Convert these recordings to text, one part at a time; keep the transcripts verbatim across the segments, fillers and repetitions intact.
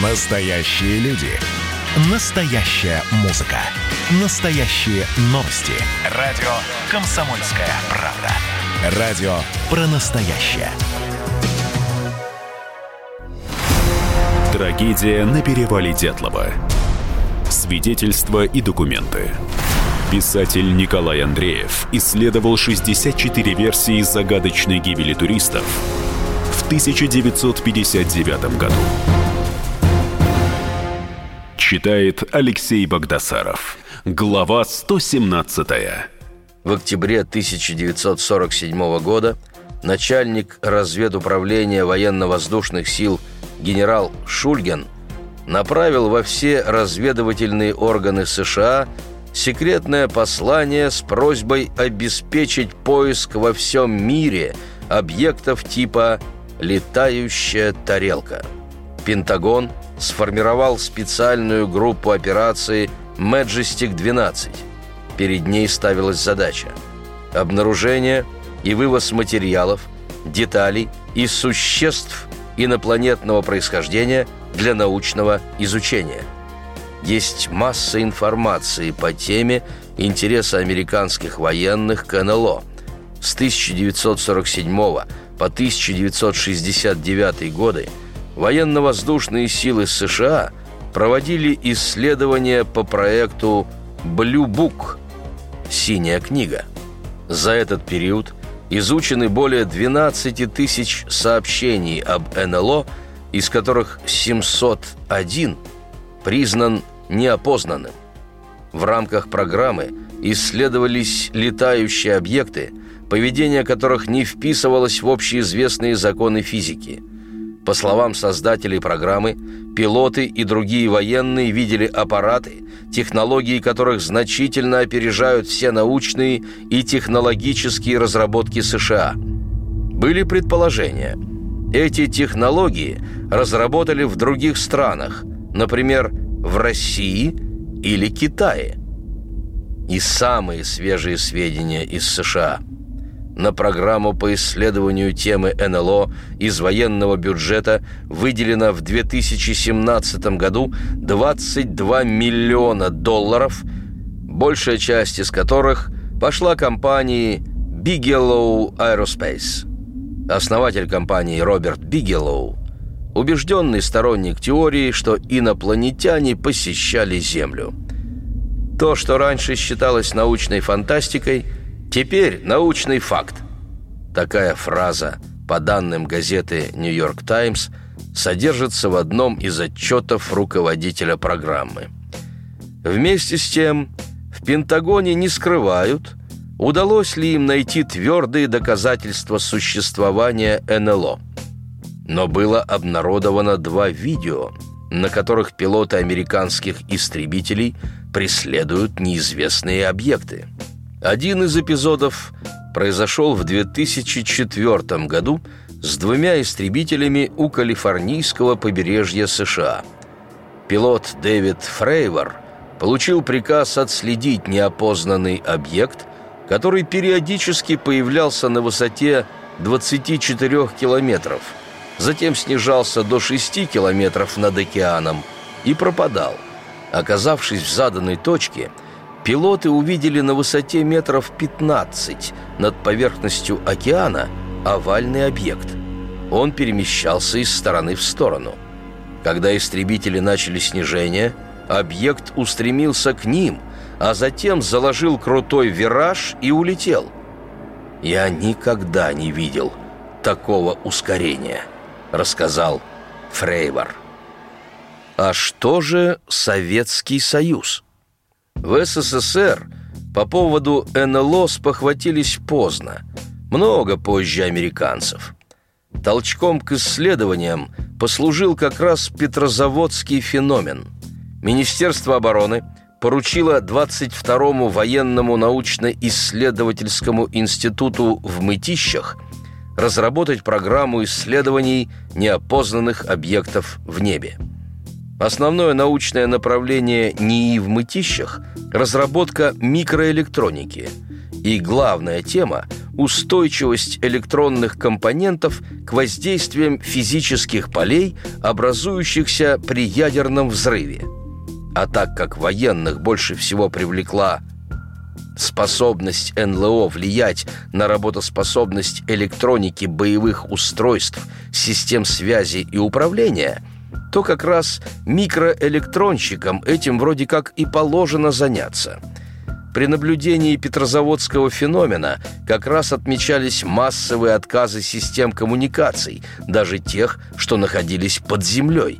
Настоящие люди. Настоящая музыка. Настоящие новости. Радио «Комсомольская правда». Радио про настоящее. Трагедия на перевале Дятлова. Свидетельства и документы. Писатель Николай Андреев исследовал шестьдесят четыре версии загадочной гибели туристов в тысяча девятьсот пятьдесят девятом году. Читает Алексей Багдасаров. Глава сто семнадцатая. В октябре тысяча девятьсот сорок седьмого года начальник разведуправления военно-воздушных сил генерал Шульгин направил во все разведывательные органы США секретное послание с просьбой обеспечить поиск во всем мире объектов типа «летающая тарелка». Пентагон сформировал специальную группу операции «Мэджестик двенадцать». Перед ней ставилась задача – обнаружение и вывоз материалов, деталей и существ инопланетного происхождения для научного изучения. Есть масса информации по теме интереса американских военных к эн эл о. С тысяча девятьсот сорок седьмого по тысяча девятьсот шестьдесят девятый годы военно-воздушные силы США проводили исследования по проекту «Blue Book» – «Синяя книга». За этот период изучены более двенадцать тысяч сообщений об эн эл о, из которых семьсот один признан неопознанным. В рамках программы исследовались летающие объекты, поведение которых не вписывалось в общеизвестные законы физики. По словам создателей программы, пилоты и другие военные видели аппараты, технологии которых значительно опережают все научные и технологические разработки США. Были предположения. Эти технологии разработали в других странах, например, в России или Китае. И самые свежие сведения из США. На программу по исследованию темы эн эл о из военного бюджета выделено в две тысячи семнадцатом году двадцать два миллиона долларов, большая часть из которых пошла компании Bigelow Aerospace. Основатель компании Роберт Бигелоу – убежденный сторонник теории, что инопланетяне посещали Землю. То, что раньше считалось научной фантастикой, теперь научный факт. Такая фраза, по данным газеты «Нью-Йорк Таймс», содержится в одном из отчетов руководителя программы. Вместе с тем, в Пентагоне не скрывают, удалось ли им найти твердые доказательства существования эн эл о. Но было обнародовано два видео, на которых пилоты американских истребителей преследуют неизвестные объекты. Один из эпизодов произошел в две тысячи четвёртом году с двумя истребителями у калифорнийского побережья США. Пилот Дэвид Фрейвор получил приказ отследить неопознанный объект, который периодически появлялся на высоте двадцати четырёх километров, затем снижался до шести километров над океаном и пропадал. Оказавшись в заданной точке, пилоты увидели на высоте метров пятнадцать над поверхностью океана овальный объект. Он перемещался из стороны в сторону. Когда истребители начали снижение, объект устремился к ним, а затем заложил крутой вираж и улетел. «Я никогда не видел такого ускорения», — рассказал Фрейвор. А что же Советский Союз? В эс эс эс эр по поводу эн эл о спохватились поздно, много позже американцев. Толчком к исследованиям послужил как раз Петрозаводский феномен. Министерство обороны поручило двадцать второму военному научно-исследовательскому институту в Мытищах разработать программу исследований неопознанных объектов в небе. Основное научное направление НИИ в Мытищах – разработка микроэлектроники. И главная тема устойчивость электронных компонентов к воздействиям физических полей, образующихся при ядерном взрыве. А так как военных больше всего привлекла способность эн эл о влиять на работоспособность электроники боевых устройств, систем связи и управления, то как раз микроэлектронщикам этим вроде как и положено заняться. При наблюдении петрозаводского феномена как раз отмечались массовые отказы систем коммуникаций, даже тех, что находились под землей.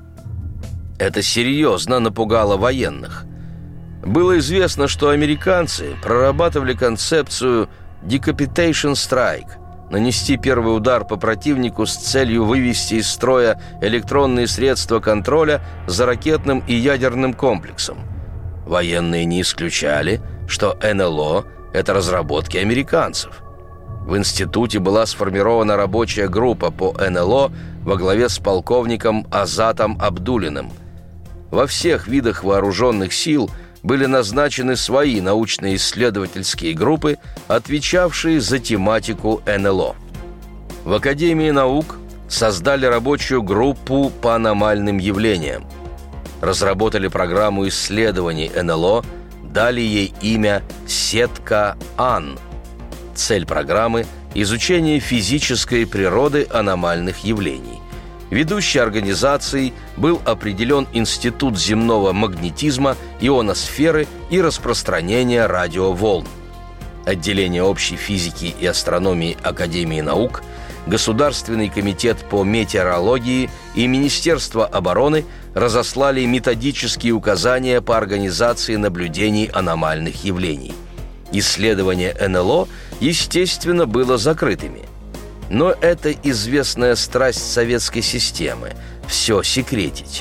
Это серьезно напугало военных. Было известно, что американцы прорабатывали концепцию «decapitation strike» – нанести первый удар по противнику с целью вывести из строя электронные средства контроля за ракетным и ядерным комплексом. Военные не исключали, что эн эл о – это разработки американцев. В институте была сформирована рабочая группа по эн эл о во главе с полковником Азатом Абдуллиным. Во всех видах вооруженных сил были назначены свои научно-исследовательские группы, отвечавшие за тематику эн эл о. В Академии наук создали рабочую группу по аномальным явлениям. Разработали программу исследований эн эл о, дали ей имя «Сетка-Ан». Цель программы – изучение физической природы аномальных явлений. Ведущей организацией был определен Институт земного магнетизма, ионосферы и распространения радиоволн. Отделение общей физики и астрономии Академии наук, Государственный комитет по метеорологии и Министерство обороны разослали методические указания по организации наблюдений аномальных явлений. Исследование эн эл о, естественно, было закрытыми. Но это известная страсть советской системы – все секретить.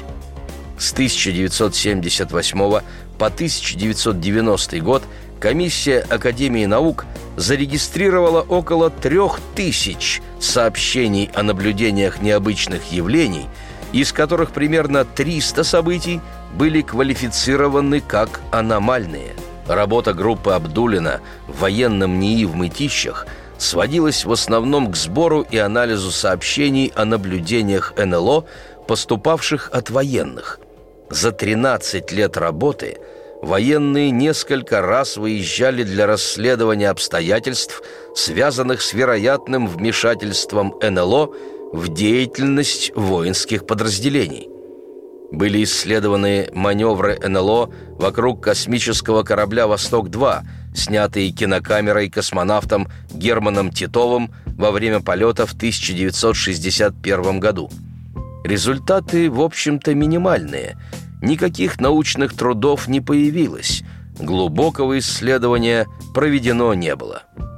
С тысяча девятьсот семьдесят восьмого по тысяча девятьсот девяностый год комиссия Академии наук зарегистрировала около трех тысяч сообщений о наблюдениях необычных явлений, из которых примерно триста событий были квалифицированы как аномальные. Работа группы Абдуллина в военном НИИ в Мытищах сводилась в основном к сбору и анализу сообщений о наблюдениях эн эл о, поступавших от военных. За тринадцать лет работы военные несколько раз выезжали для расследования обстоятельств, связанных с вероятным вмешательством эн эл о в деятельность воинских подразделений. Были исследованы маневры эн эл о вокруг космического корабля «Восток-два», снятые кинокамерой космонавтом Германом Титовым во время полета в тысяча девятьсот шестьдесят первом году. Результаты, в общем-то, минимальные. Никаких научных трудов не появилось. Глубокого исследования проведено не было.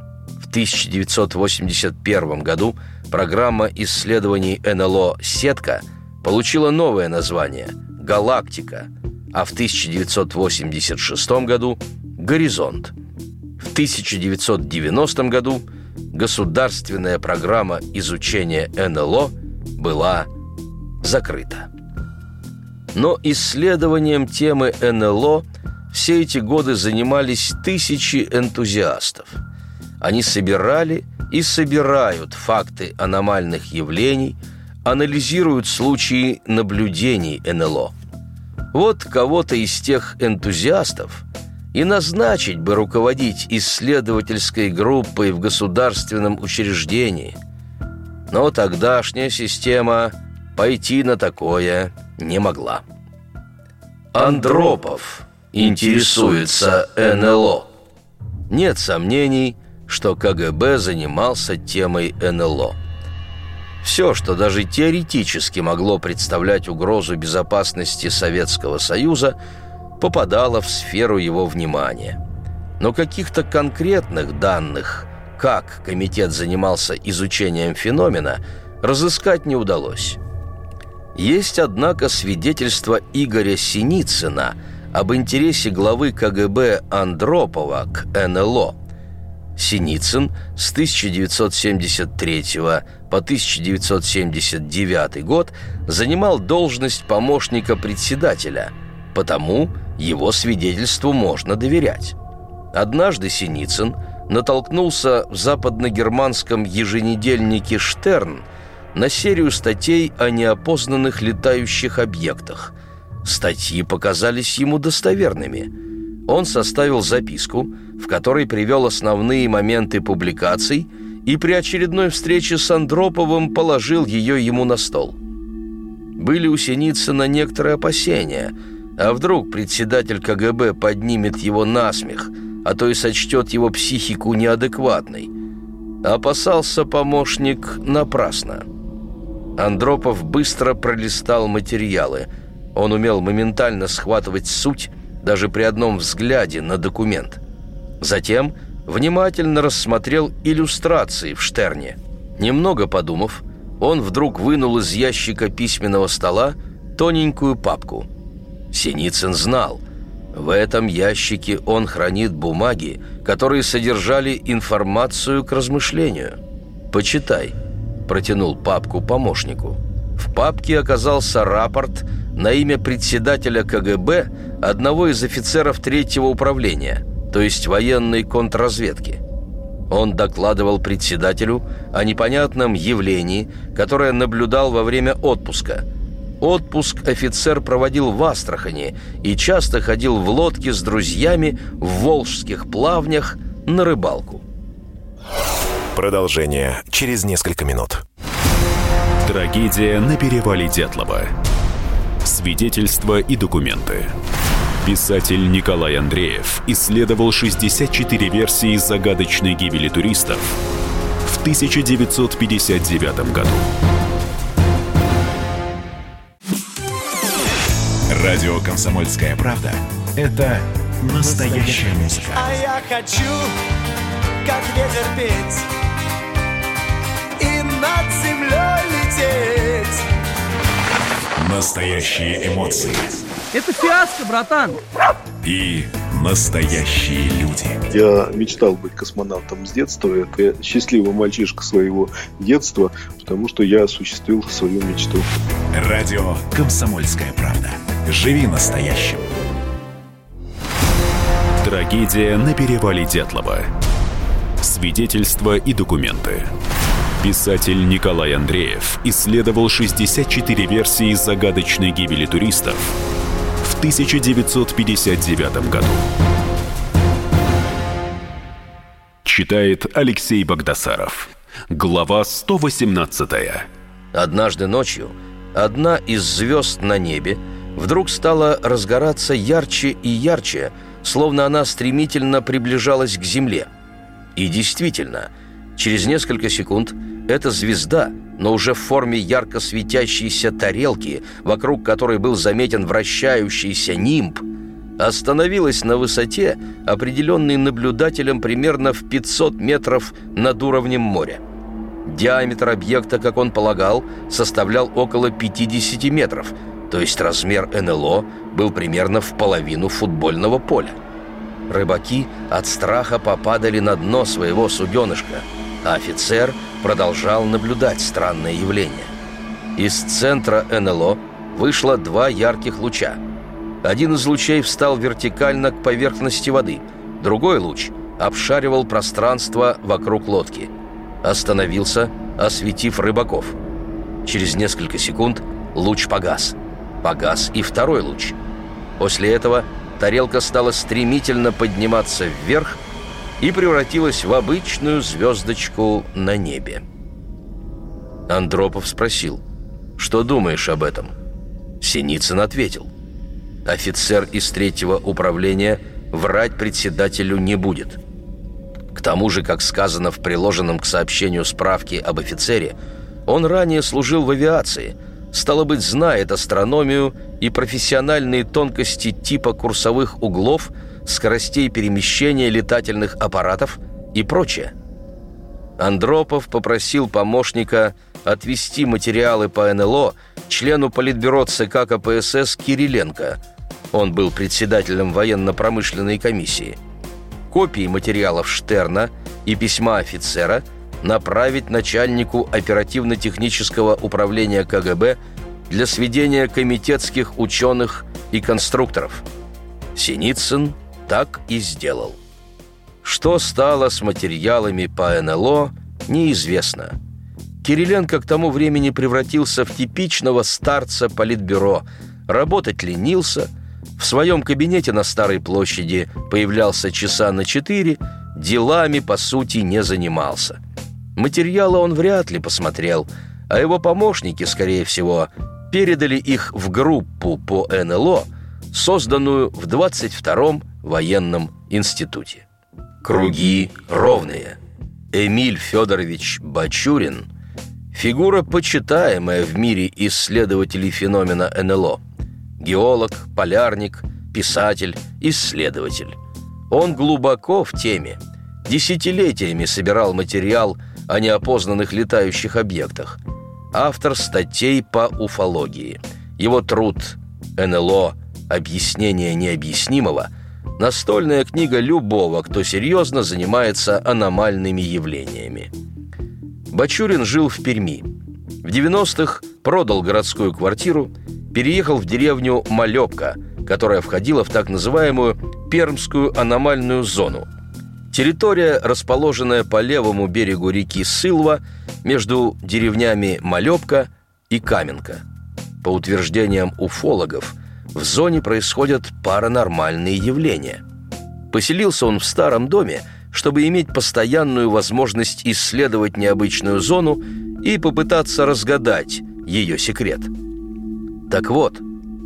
В тысяча девятьсот восемьдесят первом году программа исследований эн эл о «Сетка» получила новое название «Галактика», а в тысяча девятьсот восемьдесят шестом году «Горизонт». В тысяча девятьсот девяностом году государственная программа изучения эн эл о была закрыта. Но исследованием темы эн эл о все эти годы занимались тысячи энтузиастов. Они собирали и собирают факты аномальных явлений, анализируют случаи наблюдений эн эл о. Вот кого-то из тех энтузиастов и назначить бы руководить исследовательской группой в государственном учреждении. Но тогдашняя система пойти на такое не могла. Андропов интересуется эн эл о. Нет сомнений, что ка гэ бэ занимался темой эн эл о. Все, что даже теоретически могло представлять угрозу безопасности Советского Союза, попадало в сферу его внимания. Но каких-то конкретных данных, как комитет занимался изучением феномена, разыскать не удалось. Есть, однако, свидетельство Игоря Синицына об интересе главы ка гэ бэ Андропова к эн эл о. Синицын с тысяча девятьсот семьдесят третьего по тысяча девятьсот семьдесят девятый год занимал должность помощника председателя, потому его свидетельству можно доверять. Однажды Синицын натолкнулся в западногерманском еженедельнике «Штерн» на серию статей о неопознанных летающих объектах. Статьи показались ему достоверными. Он составил записку, в которой привел основные моменты публикаций, и при очередной встрече с Андроповым положил ее ему на стол. Были у Синицына некоторые опасения, а вдруг председатель ка гэ бэ поднимет его на смех, а то и сочтет его психику неадекватной. Опасался помощник напрасно. Андропов быстро пролистал материалы. Он умел моментально схватывать суть даже при одном взгляде на документ. Затем внимательно рассмотрел иллюстрации в «Штерне». Немного подумав, он вдруг вынул из ящика письменного стола тоненькую папку. Синицын знал, в этом ящике он хранит бумаги, которые содержали информацию к размышлению. «Почитай», – протянул папку помощнику. В папке оказался рапорт на имя председателя ка гэ бэ одного из офицеров третьего управления, то есть военной контрразведки. Он докладывал председателю о непонятном явлении, которое наблюдал во время отпуска. Отпуск офицер проводил в Астрахани и часто ходил в лодке с друзьями в волжских плавнях на рыбалку. Продолжение через несколько минут. Трагедия на перевале Дятлова. Свидетельства и документы. Писатель Николай Андреев исследовал шестьдесят четыре версии загадочной гибели туристов в тысяча девятьсот пятьдесят девятом году. Радио «Комсомольская правда» — это настоящая музыка. А я хочу, как ветер, петь и над землей лететь. Настоящие эмоции. Это фиаско, братан. И настоящие люди. Я мечтал быть космонавтом с детства. Это счастливый мальчишка своего детства, потому что я осуществил свою мечту. Радио «Комсомольская правда». Живи настоящим. Трагедия на перевале Дятлова. Свидетельства и документы. Писатель Николай Андреев исследовал шестьдесят четыре версии загадочной гибели туристов в тысяча девятьсот пятьдесят девятом году. Читает Алексей Багдасаров. Глава сто восемнадцатая. Однажды ночью одна из звезд на небе вдруг стала разгораться ярче и ярче, словно она стремительно приближалась к Земле. И действительно, через несколько секунд эта звезда, но уже в форме ярко светящейся тарелки, вокруг которой был заметен вращающийся нимб, остановилась на высоте, определенной наблюдателем примерно в пятьсот метров над уровнем моря. Диаметр объекта, как он полагал, составлял около пятьдесят метров, то есть размер эн эл о был примерно в половину футбольного поля. Рыбаки от страха попадали на дно своего суденышка, а офицер продолжал наблюдать странное явление. Из центра эн эл о вышло два ярких луча. Один из лучей встал вертикально к поверхности воды, другой луч обшаривал пространство вокруг лодки. Остановился, осветив рыбаков. Через несколько секунд луч погас. Погас и второй луч. После этого тарелка стала стремительно подниматься вверх и превратилась в обычную звездочку на небе. Андропов спросил: «Что думаешь об этом?» Синицын ответил: «Офицер из третьего управления врать председателю не будет». К тому же, как сказано в приложенном к сообщению справке об офицере, он ранее служил в авиации, стало быть, знает астрономию и профессиональные тонкости типа курсовых углов, скоростей перемещения летательных аппаратов и прочее. Андропов попросил помощника отвести материалы по эн эл о члену политбюро ЦК ка пэ эс эс Кириленко. Он был председателем военно-промышленной комиссии. Копии материалов Штерна и письма офицера направить начальнику оперативно-технического управления ка гэ бэ для сведения комитетских ученых и конструкторов. Синицын так и сделал. Что стало с материалами по эн эл о, неизвестно. Кириленко к тому времени превратился в типичного старца политбюро, работать ленился, в своем кабинете на Старой площади появлялся часа на четыре, делами, по сути, не занимался. Материалы он вряд ли посмотрел, а его помощники, скорее всего, передали их в группу по эн эл о, созданную в двадцать втором военном институте. Круги ровные. Эмиль Федорович Бачурин – фигура, почитаемая в мире исследователей феномена эн эл о. Геолог, полярник, писатель, исследователь. Он глубоко в теме. Десятилетиями собирал материал о неопознанных летающих объектах. Автор статей по уфологии. Его труд «эн эл о. Объяснение необъяснимого» – настольная книга любого, кто серьезно занимается аномальными явлениями. Бачурин жил в Перми. В девяностых продал городскую квартиру, переехал в деревню Малепка, которая входила в так называемую Пермскую аномальную зону. Территория, расположенная по левому берегу реки Сылва между деревнями Малепка и Каменка. По утверждениям уфологов, в зоне происходят паранормальные явления. Поселился он в старом доме, чтобы иметь постоянную возможность исследовать необычную зону и попытаться разгадать ее секрет. Так вот,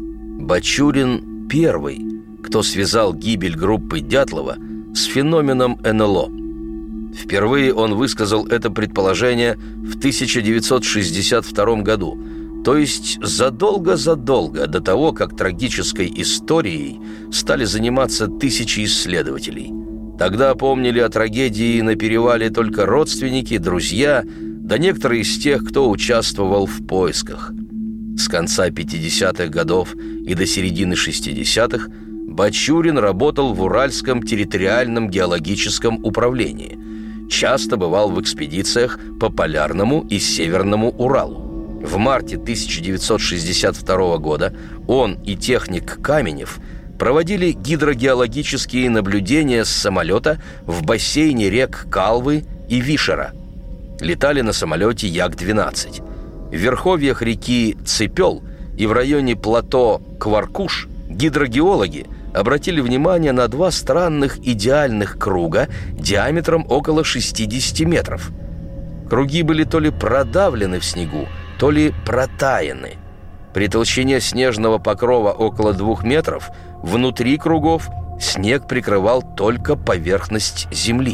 Бачурин первый, кто связал гибель группы Дятлова с феноменом эн эл о. Впервые он высказал это предположение в тысяча девятьсот шестьдесят втором году, то есть задолго-задолго до того, как трагической историей стали заниматься тысячи исследователей. Тогда помнили о трагедии на перевале только родственники, друзья, да некоторые из тех, кто участвовал в поисках. С конца пятидесятых годов и до середины шестидесятых Бачурин работал в Уральском территориальном геологическом управлении. Часто бывал в экспедициях по Полярному и Северному Уралу. В марте тысяча девятьсот шестьдесят второго года он и техник Каменев проводили гидрогеологические наблюдения с самолета в бассейне рек Калвы и Вишера. Летали на самолете Як двенадцать. В верховьях реки Цепел и в районе плато Кваркуш гидрогеологи обратили внимание на два странных идеальных круга диаметром около шестидесяти метров. Круги были то ли продавлены в снегу, то ли протаяны. При толщине снежного покрова около двух метров внутри кругов снег прикрывал только поверхность земли.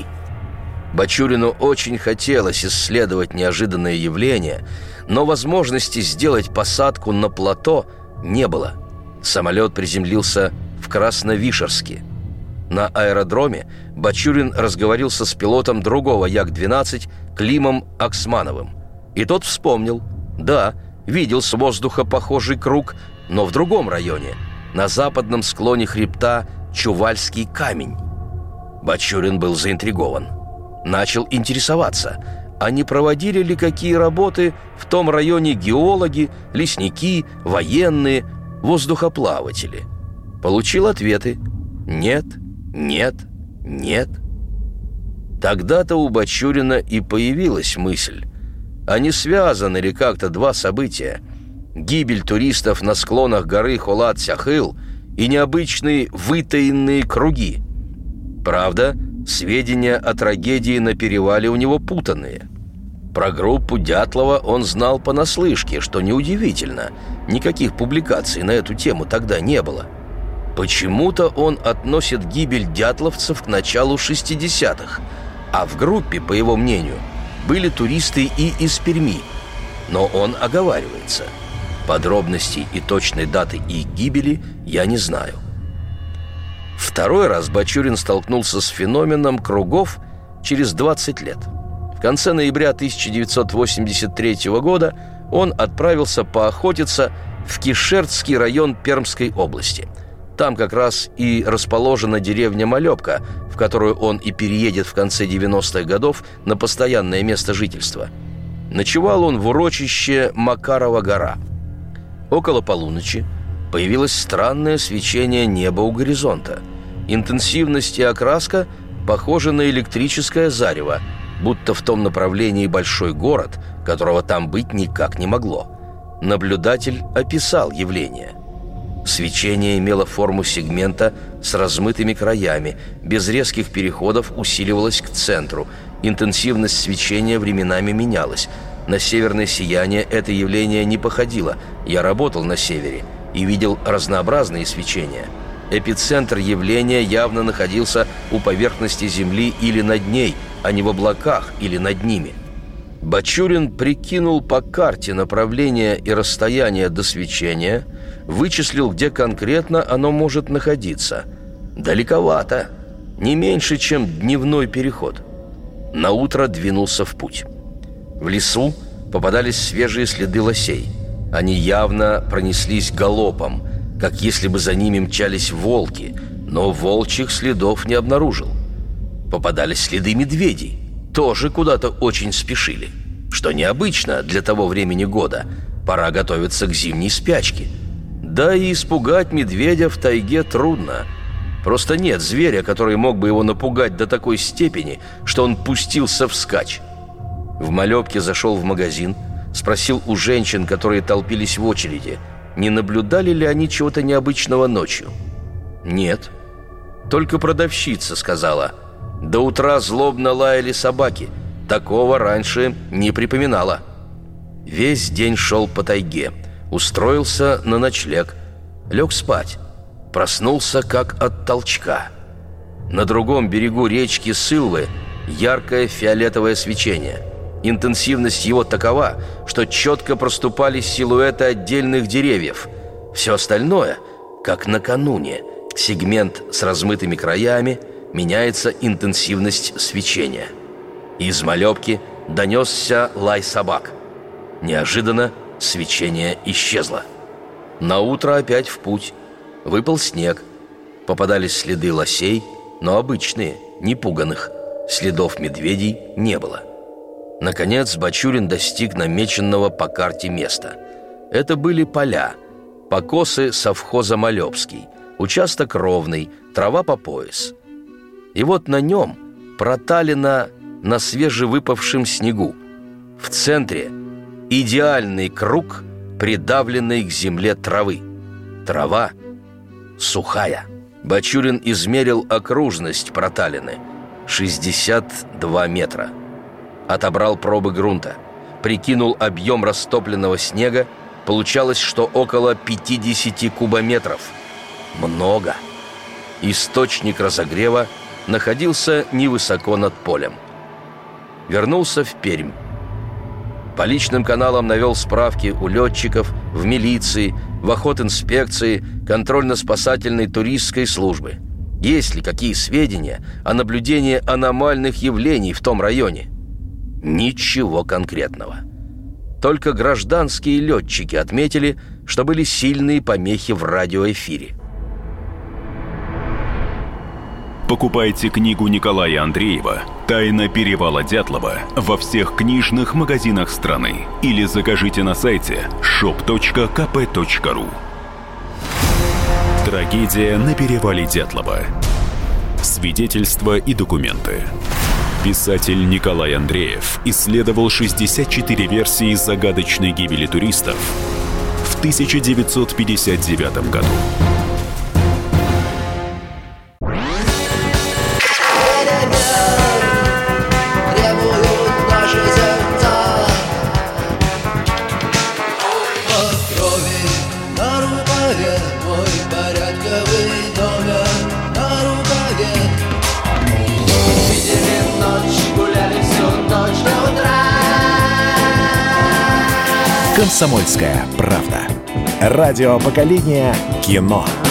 Бачурину очень хотелось исследовать неожиданное явление, но возможности сделать посадку на плато не было. Самолет приземлился в Красновишерске. На аэродроме Бачурин разговорился с пилотом другого Як двенадцать Климом Аксмановым. И тот вспомнил: да, видел с воздуха похожий круг, но в другом районе, на западном склоне хребта Чувальский камень. Бачурин был заинтригован. Начал интересоваться, а не проводили ли какие работы в том районе геологи, лесники, военные, воздухоплаватели. Получил ответы: нет, нет, нет. Тогда-то у Бачурина и появилась мысль: а не связаны ли как-то два события – гибель туристов на склонах горы Холат-Сяхыл и необычные вытаенные круги? Правда, сведения о трагедии на перевале у него путанные. Про группу Дятлова он знал понаслышке, что неудивительно, никаких публикаций на эту тему тогда не было. Почему-то он относит гибель дятловцев к началу шестидесятых, а в группе, по его мнению, были туристы и из Перми. Но он оговаривается: подробностей и точной даты их гибели я не знаю. Второй раз Бачурин столкнулся с феноменом кругов через двадцать лет. В конце ноября тысяча девятьсот восемьдесят третьего года он отправился поохотиться в Кишертский район Пермской области. Там как раз и расположена деревня Малепка, в которую он и переедет в конце девяностых годов на постоянное место жительства. Ночевал он в урочище Макарова гора. Около полуночи появилось странное свечение неба у горизонта. Интенсивность и окраска похоже на электрическое зарево, будто в том направлении большой город, которого там быть никак не могло. Наблюдатель описал явление. Свечение имело форму сегмента с размытыми краями, без резких переходов усиливалось к центру. Интенсивность свечения временами менялась. На северное сияние это явление не походило. Я работал на севере и видел разнообразные свечения. Эпицентр явления явно находился у поверхности Земли или над ней, а не в облаках или над ними. Бачурин прикинул по карте направление и расстояние до свечения, вычислил, где конкретно оно может находиться. Далековато, не меньше, чем дневной переход. Наутро двинулся в путь. В лесу попадались свежие следы лосей. Они явно пронеслись галопом, как если бы за ними мчались волки, но волчьих следов не обнаружил. Попадались следы медведей, тоже куда-то очень спешили, что необычно для того времени года. Пора готовиться к зимней спячке. Да и испугать медведя в тайге трудно. Просто нет зверя, который мог бы его напугать до такой степени, что он пустился вскачь. В Малебке зашел в магазин, спросил у женщин, которые толпились в очереди, не наблюдали ли они чего-то необычного ночью. Нет. Только продавщица сказала: до утра злобно лаяли собаки. Такого раньше не припоминала. Весь день шел по тайге. Устроился на ночлег. Лег спать. Проснулся как от толчка. На другом берегу речки Сылвы яркое фиолетовое свечение. Интенсивность его такова, что четко проступали силуэты отдельных деревьев. Все остальное, как накануне, сегмент с размытыми краями, меняется интенсивность свечения. Из Малебки донесся лай собак. Неожиданно свечение исчезло. Наутро опять в путь. Выпал снег. Попадались следы лосей, но обычные, не пуганых. Следов медведей не было. Наконец Бачурин достиг намеченного по карте места. Это были поля, покосы совхоза Малебский, участок ровный, трава по пояс. И вот на нем проталина на свежевыпавшем снегу. В центре идеальный круг, придавленный к земле травы. Трава сухая. Бачурин измерил окружность проталины – шестьдесят два метра. Отобрал пробы грунта, прикинул объем растопленного снега, получалось, что около пятьдесят кубометров. Много. Источник разогрева находился невысоко над полем. Вернулся в Пермь. По личным каналам навел справки у летчиков, в милиции, в охотинспекции, контрольно-спасательной туристской службы. Есть ли какие сведения о наблюдении аномальных явлений в том районе? Ничего конкретного. Только гражданские летчики отметили, что были сильные помехи в радиоэфире. Покупайте книгу Николая Андреева «Тайна перевала Дятлова» во всех книжных магазинах страны или закажите на сайте шоп точка ка пэ точка ру. Трагедия на перевале Дятлова. Свидетельства и документы. Писатель Николай Андреев исследовал шестьдесят четыре версии загадочной гибели туристов в тысяча девятьсот пятьдесят девятом году. «Комсомольская правда». Радио поколения кино.